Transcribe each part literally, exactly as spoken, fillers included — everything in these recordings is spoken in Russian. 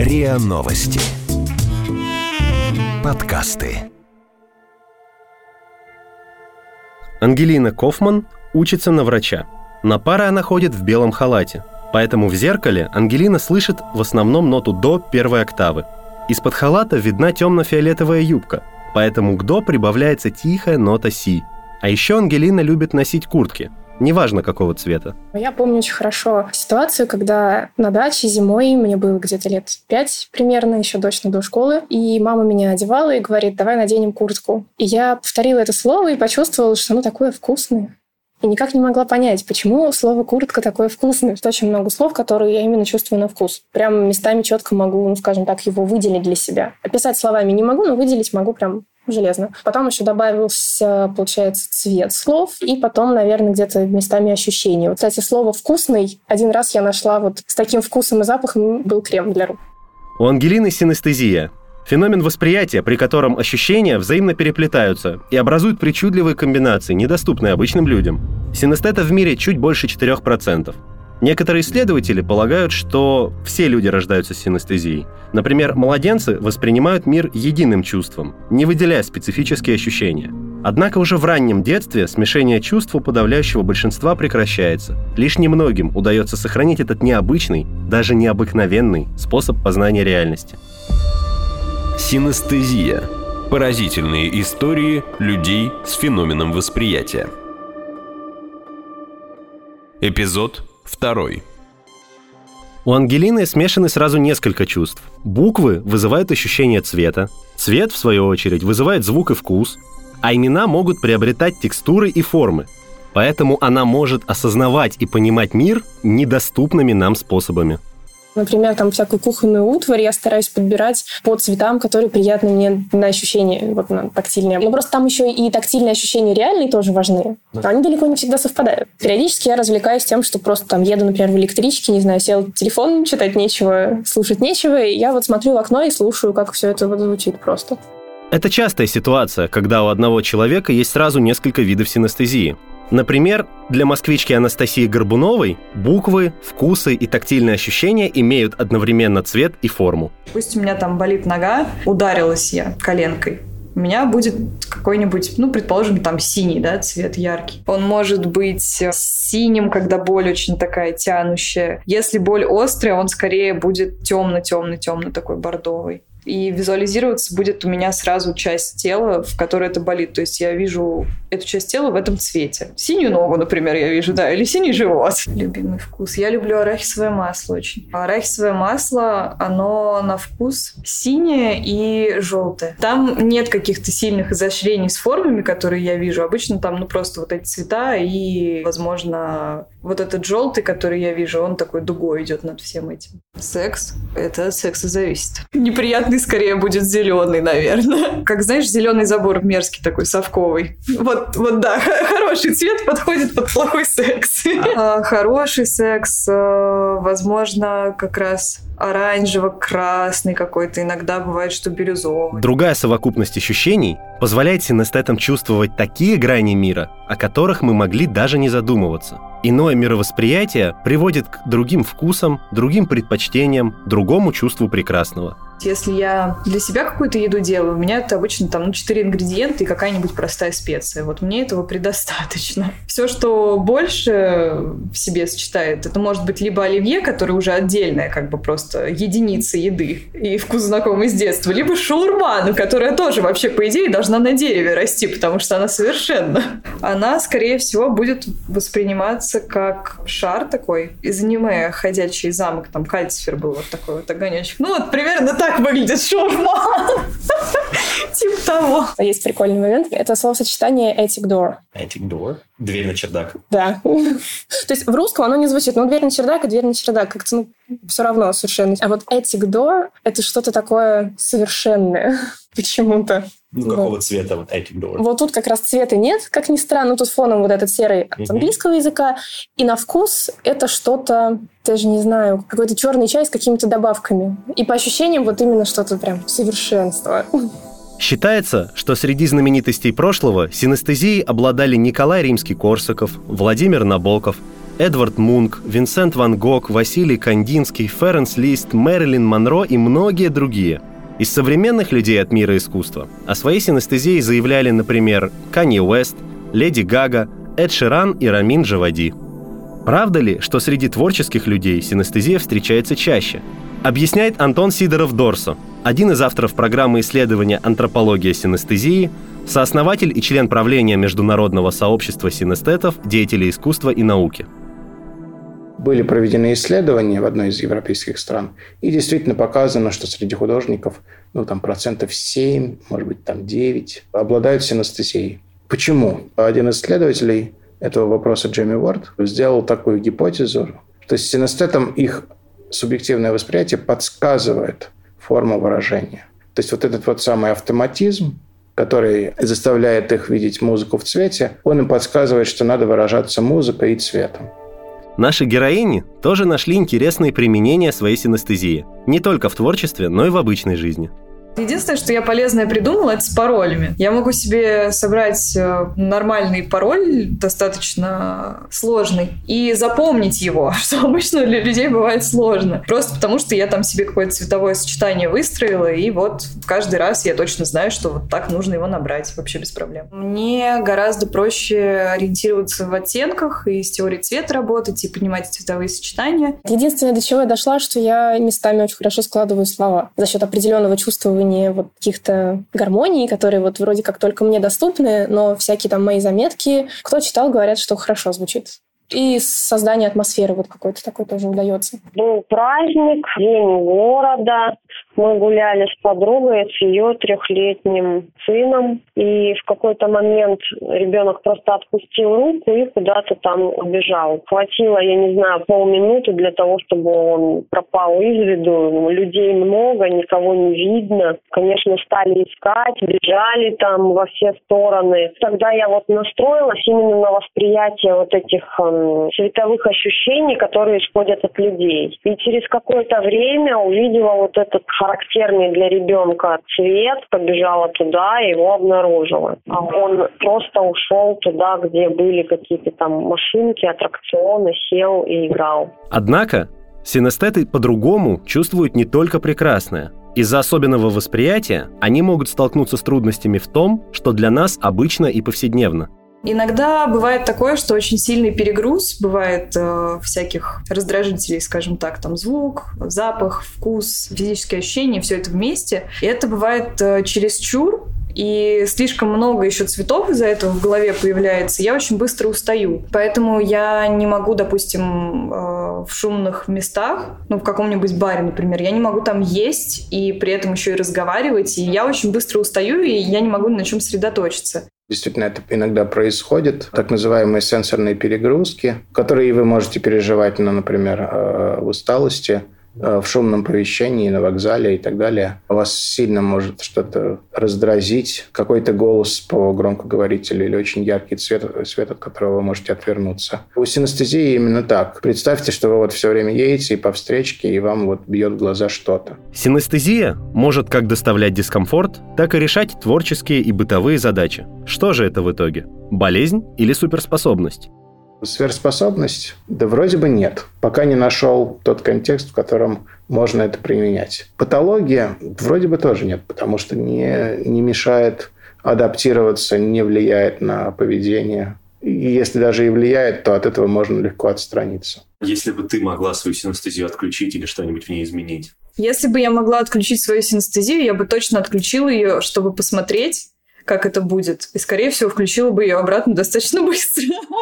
РИА Новости. Подкасты. Ангелина Кофман учится на врача. На пары она ходит в белом халате. Поэтому в зеркале Ангелина слышит в основном ноту до первой октавы. Из-под халата видна темно-фиолетовая юбка, поэтому к до прибавляется тихая нота си. А еще Ангелина любит носить куртки, неважно какого цвета. Я помню очень хорошо ситуацию, когда на даче зимой, мне было где-то лет пять примерно, еще точно до школы, и мама меня одевала и говорит: давай наденем куртку. И я повторила это слово и почувствовала, что оно такое вкусное. И никак не могла понять, почему слово «куртка» такое вкусное. Очень много слов, которые я именно чувствую на вкус. Прям местами четко могу, ну, скажем так, его выделить для себя. Описать словами не могу, но выделить могу прям железно. Потом еще добавился, получается, цвет слов, и потом, наверное, где-то местами ощущения. Вот, кстати, слово «вкусный» один раз я нашла вот с таким вкусом и запахом, был крем для рук. У Ангелины синестезия. Феномен восприятия, при котором ощущения взаимно переплетаются и образуют причудливые комбинации, недоступные обычным людям. Синестетов в мире чуть больше четыре процента. Некоторые исследователи полагают, что все люди рождаются с синестезией. Например, младенцы воспринимают мир единым чувством, не выделяя специфические ощущения. Однако уже в раннем детстве смешение чувств у подавляющего большинства прекращается. Лишь немногим удается сохранить этот необычный, даже необыкновенный способ познания реальности. Синестезия. Поразительные истории людей с феноменом восприятия. Эпизод второй. У Ангелины смешаны сразу несколько чувств. Буквы вызывают ощущение цвета, цвет, в свою очередь, вызывает звук и вкус, а имена могут приобретать текстуры и формы. Поэтому она может осознавать и понимать мир недоступными нам способами. Например, там всякую кухонную утварь я стараюсь подбирать по цветам, которые приятны мне на ощущение, вот на тактильные. Но просто там еще и тактильные ощущения реальные тоже важны. Но они далеко не всегда совпадают. Периодически я развлекаюсь тем, что просто там еду, например, в электричке, не знаю, сел телефон, читать нечего, слушать нечего, и я вот смотрю в окно и слушаю, как все это вот звучит просто. Это частая ситуация, когда у одного человека есть сразу несколько видов синестезии. Например, для москвички Анастасии Горбуновой буквы, вкусы и тактильные ощущения имеют одновременно цвет и форму. Пусть у меня там болит нога, ударилась я коленкой. У меня будет какой-нибудь, ну, предположим, там синий, да, цвет яркий. Он может быть синим, когда боль очень такая тянущая. Если боль острая, он скорее будет темно-темно-темно такой бордовый. И визуализироваться будет у меня сразу часть тела, в которой это болит. То есть я вижу эту часть тела в этом цвете. Синюю ногу, например, я вижу, да, или синий живот. Любимый вкус. Я люблю арахисовое масло очень. Арахисовое масло, оно на вкус синее и желтое. Там нет каких-то сильных изощрений с формами, которые я вижу. Обычно там, ну, просто вот эти цвета и, возможно, вот этот желтый, который я вижу, он такой дугой идет над всем этим. Секс. Это от секса зависит. Неприятный скорее будет зеленый, наверное. Как, знаешь, зеленый забор мерзкий такой, совковый. Вот, вот да, хороший цвет подходит под плохой секс. А, хороший секс, возможно, как раз оранжево-красный какой-то. Иногда бывает, что бирюзовый. Другая совокупность ощущений позволяет синестетам чувствовать такие грани мира, о которых мы могли даже не задумываться. Иное мировосприятие приводит к другим вкусам, другим предпочтениям, другому чувству прекрасного. Если я для себя какую-то еду делаю, у меня это обычно там ну, четыре ингредиента и какая-нибудь простая специя. Вот мне этого предостаточно. Все, что больше в себе сочетает, это может быть либо оливье, которое уже отдельная, как бы просто единица еды и вкус знакомый с детства, либо шаурма, ну, которая тоже вообще, по идее, должна на дереве расти, потому что она совершенно. Она, скорее всего, будет восприниматься как шар такой из аниме «Ходячий замок». Там Кальцифер был вот такой вот огонечек. Ну вот примерно так. Так выглядит шаурма. Типа того. Есть прикольный момент. Это словосочетание attic door. Attic door? Дверь на чердак. Да. То есть в русском оно не звучит. Ну, дверь на чердак и дверь на чердак. Как-то, ну, все равно совершенно. А вот attic door — это что-то такое совершенное. Почему-то. Ну, вот. Какого цвета вот attic door? Вот тут как раз цвета нет, как ни странно. Тут фоном вот этот серый от mm-hmm. английского языка. И на вкус это что-то, даже не знаю, какой-то черный чай с какими-то добавками. И по ощущениям вот именно что-то прям совершенство. Считается, что среди знаменитостей прошлого синестезией обладали Николай Римский-Корсаков, Владимир Набоков, Эдвард Мунк, Винсент Ван Гог, Василий Кандинский, Ференс Лист, Мэрилин Монро и многие другие. Из современных людей от мира искусства о своей синестезии заявляли, например, Канье Уэст, Леди Гага, Эд Ширан и Рамин Джавади. Правда ли, что среди творческих людей синестезия встречается чаще? Объясняет Антон Сидоров-Дорсо, один из авторов программы исследования «Антропология синестезии», сооснователь и член правления Международного сообщества синестетов, деятелей искусства и науки. Были проведены исследования в одной из европейских стран, и действительно показано, что среди художников ну, там, процентов семь, может быть, там девять обладают синестезией. Почему? Один из исследователей этого вопроса, Джейми Уорд, сделал такую гипотезу, что синестетам их субъективное восприятие подсказывает форму выражения. То есть вот этот вот самый автоматизм, который заставляет их видеть музыку в цвете, он им подсказывает, что надо выражаться музыкой и цветом. Наши героини тоже нашли интересные применения своей синестезии. Не только в творчестве, но и в обычной жизни. Единственное, что я полезное придумала, это с паролями. Я могу себе собрать нормальный пароль, достаточно сложный, и запомнить его, что обычно для людей бывает сложно. Просто потому, что я там себе какое-то цветовое сочетание выстроила, и вот каждый раз я точно знаю, что вот так нужно его набрать, вообще без проблем. Мне гораздо проще ориентироваться в оттенках и с теорией цвета работать, и понимать цветовые сочетания. Единственное, до чего я дошла, что я местами очень хорошо складываю слова за счет определенного чувствования вот каких-то гармоний, которые вот вроде как только мне доступны, но всякие там мои заметки, кто читал, говорят, что хорошо звучит. И создание атмосферы вот какой-то такой тоже удается. Был праздник, день города. Мы гуляли с подругой, с ее трехлетним сыном. И в какой-то момент ребенок просто отпустил руку и куда-то там убежал. Хватило, я не знаю, полминуты для того, чтобы он пропал из виду. Людей много, никого не видно. Конечно, стали искать, бежали там во все стороны. Тогда я вот настроилась именно на восприятие вот этих цветовых ощущений, которые исходят от людей. И через какое-то время увидела вот этот характерный для ребенка цвет, побежала туда и его обнаружила. А он просто ушел туда, где были какие-то там машинки, аттракционы, сел и играл. Однако синестеты по-другому чувствуют не только прекрасное. Из-за особенного восприятия они могут столкнуться с трудностями в том, что для нас обычно и повседневно. Иногда бывает такое, что очень сильный перегруз, бывает э, всяких раздражителей, скажем так, там звук, запах, вкус, физические ощущения, все это вместе. И это бывает э, чересчур, и слишком много еще цветов из-за этого в голове появляется, я очень быстро устаю. Поэтому я не могу, допустим, э, в шумных местах, ну, в каком-нибудь баре, например, я не могу там есть и при этом еще и разговаривать, и я очень быстро устаю, и я не могу ни на чем сосредоточиться. Действительно, это иногда происходит. Так называемые сенсорные перегрузки, которые вы можете переживать, ну, например, в усталости, в шумном помещении, на вокзале и так далее. Вас сильно может что-то раздразить, какой-то голос по громкоговорителю или очень яркий цвет, свет, от которого вы можете отвернуться. У синестезии именно так. Представьте, что вы вот все время едете и по встречке, и вам вот бьет в глаза что-то. Синестезия может как доставлять дискомфорт, так и решать творческие и бытовые задачи. Что же это в итоге? Болезнь или суперспособность? Сверхспособность? Да вроде бы нет. Пока не нашел тот контекст, в котором можно это применять. Патология? Вроде бы тоже нет, потому что не, не мешает адаптироваться, не влияет на поведение. И если даже и влияет, то от этого можно легко отстраниться. Если бы ты могла свою синестезию отключить или что-нибудь в ней изменить? Если бы я могла отключить свою синестезию, я бы точно отключила ее, чтобы посмотреть, как это будет. И, скорее всего, включила бы ее обратно достаточно быстро.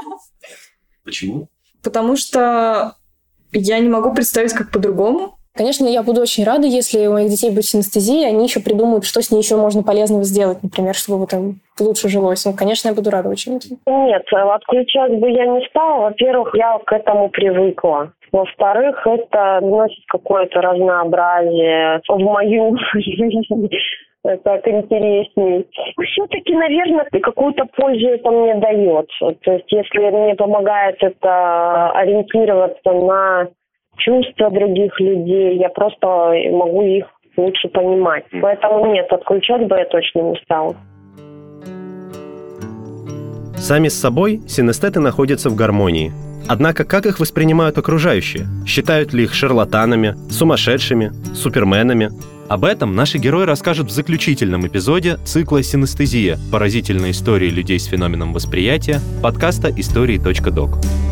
Почему? Потому что я не могу представить, как по-другому. Конечно, я буду очень рада, если у моих детей будет синестезия, они еще придумают, что с ней еще можно полезного сделать, например, чтобы там лучше жилось. Ну, конечно, я буду рада очень. Нет, отключать бы я не стала. Во-первых, я к этому привыкла. Во-вторых, это вносит какое-то разнообразие в мою жизнь. Так интересней. Все-таки, наверное, какую-то пользу это мне дает. То есть, если мне помогает это ориентироваться на чувства других людей, я просто могу их лучше понимать. Поэтому нет, отключать бы я точно не стала. Сами с собой синестеты находятся в гармонии. Однако как их воспринимают окружающие? Считают ли их шарлатанами, сумасшедшими, суперменами? Об этом наши герои расскажут в заключительном эпизоде цикла «Синестезия. Поразительные истории людей с феноменом восприятия» подкаста истории точка док.